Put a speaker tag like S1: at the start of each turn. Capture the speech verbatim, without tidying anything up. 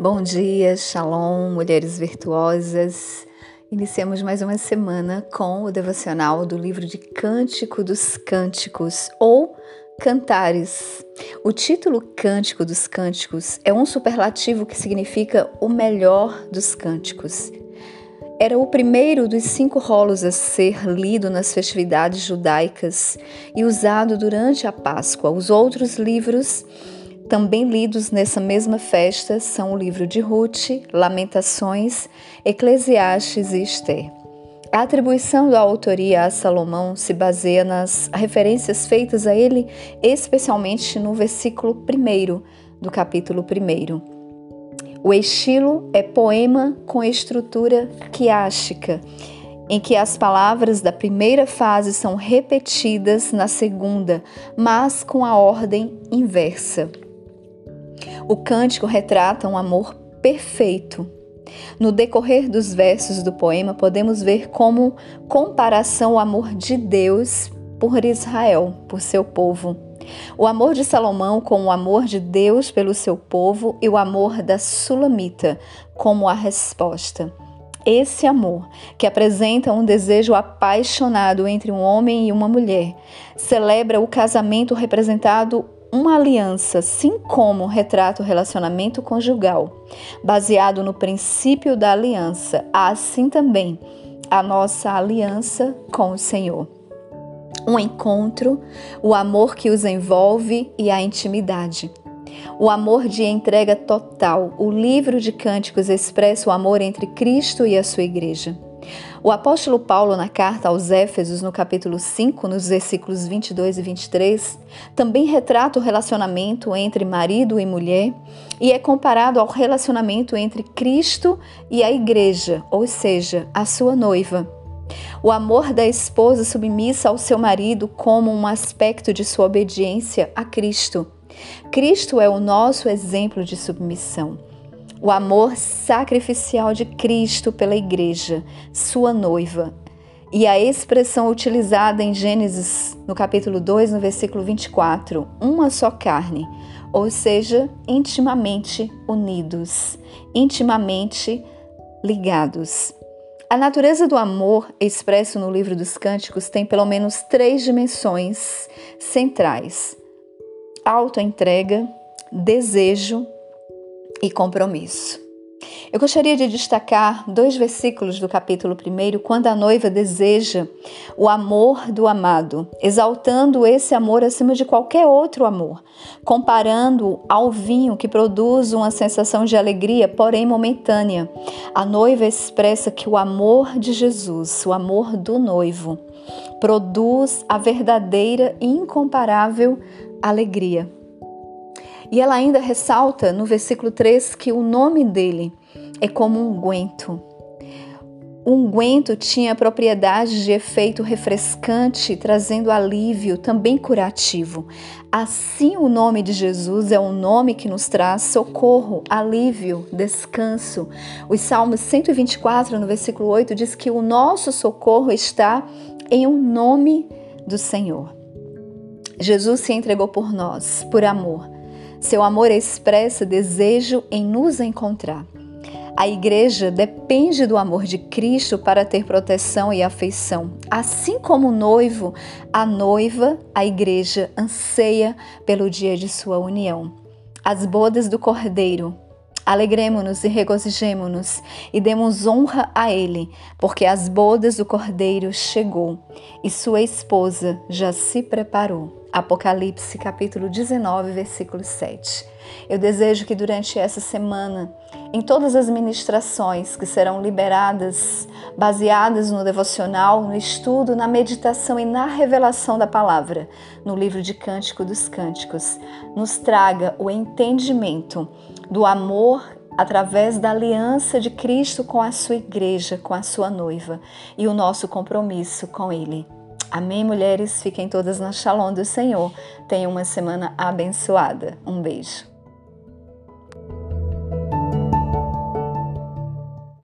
S1: Bom dia, Shalom, mulheres virtuosas. Iniciamos mais uma semana com o devocional do livro de Cântico dos Cânticos, ou Cantares. O título Cântico dos Cânticos é um superlativo que significa o melhor dos cânticos. Era o primeiro dos cinco rolos a ser lido nas festividades judaicas e usado durante a Páscoa. Os outros livros também lidos nessa mesma festa são o livro de Ruth, Lamentações, Eclesiastes e Esther. A atribuição da autoria a Salomão se baseia nas referências feitas a ele, especialmente no versículo primeiro do capítulo primeiro. O estilo é poema com estrutura quiástica, em que as palavras da primeira fase são repetidas na segunda, mas com a ordem inversa. O cântico retrata um amor perfeito. No decorrer dos versos do poema, podemos ver como comparação o amor de Deus por Israel, por seu povo. O amor de Salomão com o amor de Deus pelo seu povo e o amor da Sulamita como a resposta. Esse amor, que apresenta um desejo apaixonado entre um homem e uma mulher, celebra o casamento representado uma aliança, assim como retrata o relacionamento conjugal, baseado no princípio da aliança, assim também a nossa aliança com o Senhor. Um encontro, o amor que os envolve e a intimidade. O amor de entrega total. O livro de Cânticos expressa o amor entre Cristo e a sua igreja. O apóstolo Paulo, na carta aos Éfesos, no capítulo cinco, nos versículos vinte e dois e vinte e três, também retrata o relacionamento entre marido e mulher e é comparado ao relacionamento entre Cristo e a igreja, ou seja, a sua noiva. O amor da esposa submissa ao seu marido como um aspecto de sua obediência a Cristo. Cristo é o nosso exemplo de submissão. O amor sacrificial de Cristo pela igreja, sua noiva. E a expressão utilizada em Gênesis, no capítulo dois, no versículo vinte e quatro, uma só carne, ou seja, intimamente unidos, intimamente ligados. A natureza do amor, expresso no livro dos Cânticos, tem pelo menos três dimensões centrais: autoentrega, desejo e compromisso. Eu gostaria de destacar dois versículos do capítulo primeiro, quando a noiva deseja o amor do amado, exaltando esse amor acima de qualquer outro amor, comparando ao vinho que produz uma sensação de alegria, porém momentânea. A noiva expressa que o amor de Jesus, o amor do noivo, produz a verdadeira e incomparável alegria. E ela ainda ressalta no versículo três que o nome dele é como um unguento. O unguento tinha propriedade de efeito refrescante, trazendo alívio, também curativo. Assim, o nome de Jesus é um nome que nos traz socorro, alívio, descanso. Os Salmos cento e vinte e quatro, no versículo oito, diz que o nosso socorro está em um nome do Senhor. Jesus se entregou por nós, por amor. Seu amor expressa desejo em nos encontrar. A igreja depende do amor de Cristo para ter proteção e afeição. Assim como o noivo, a noiva, a igreja, anseia pelo dia de sua união. As bodas do Cordeiro. Alegremo-nos e regozijemo-nos e demos honra a Ele, porque as bodas do Cordeiro chegou e sua esposa já se preparou. Apocalipse, capítulo dezenove, versículo sete. Eu desejo que durante essa semana, em todas as ministrações que serão liberadas, baseadas no devocional, no estudo, na meditação e na revelação da palavra, no livro de Cântico dos Cânticos, nos traga o entendimento do amor através da aliança de Cristo com a sua igreja, com a sua noiva e o nosso compromisso com Ele. Amém, mulheres? Fiquem todas na Shalom do Senhor. Tenham uma semana abençoada. Um beijo.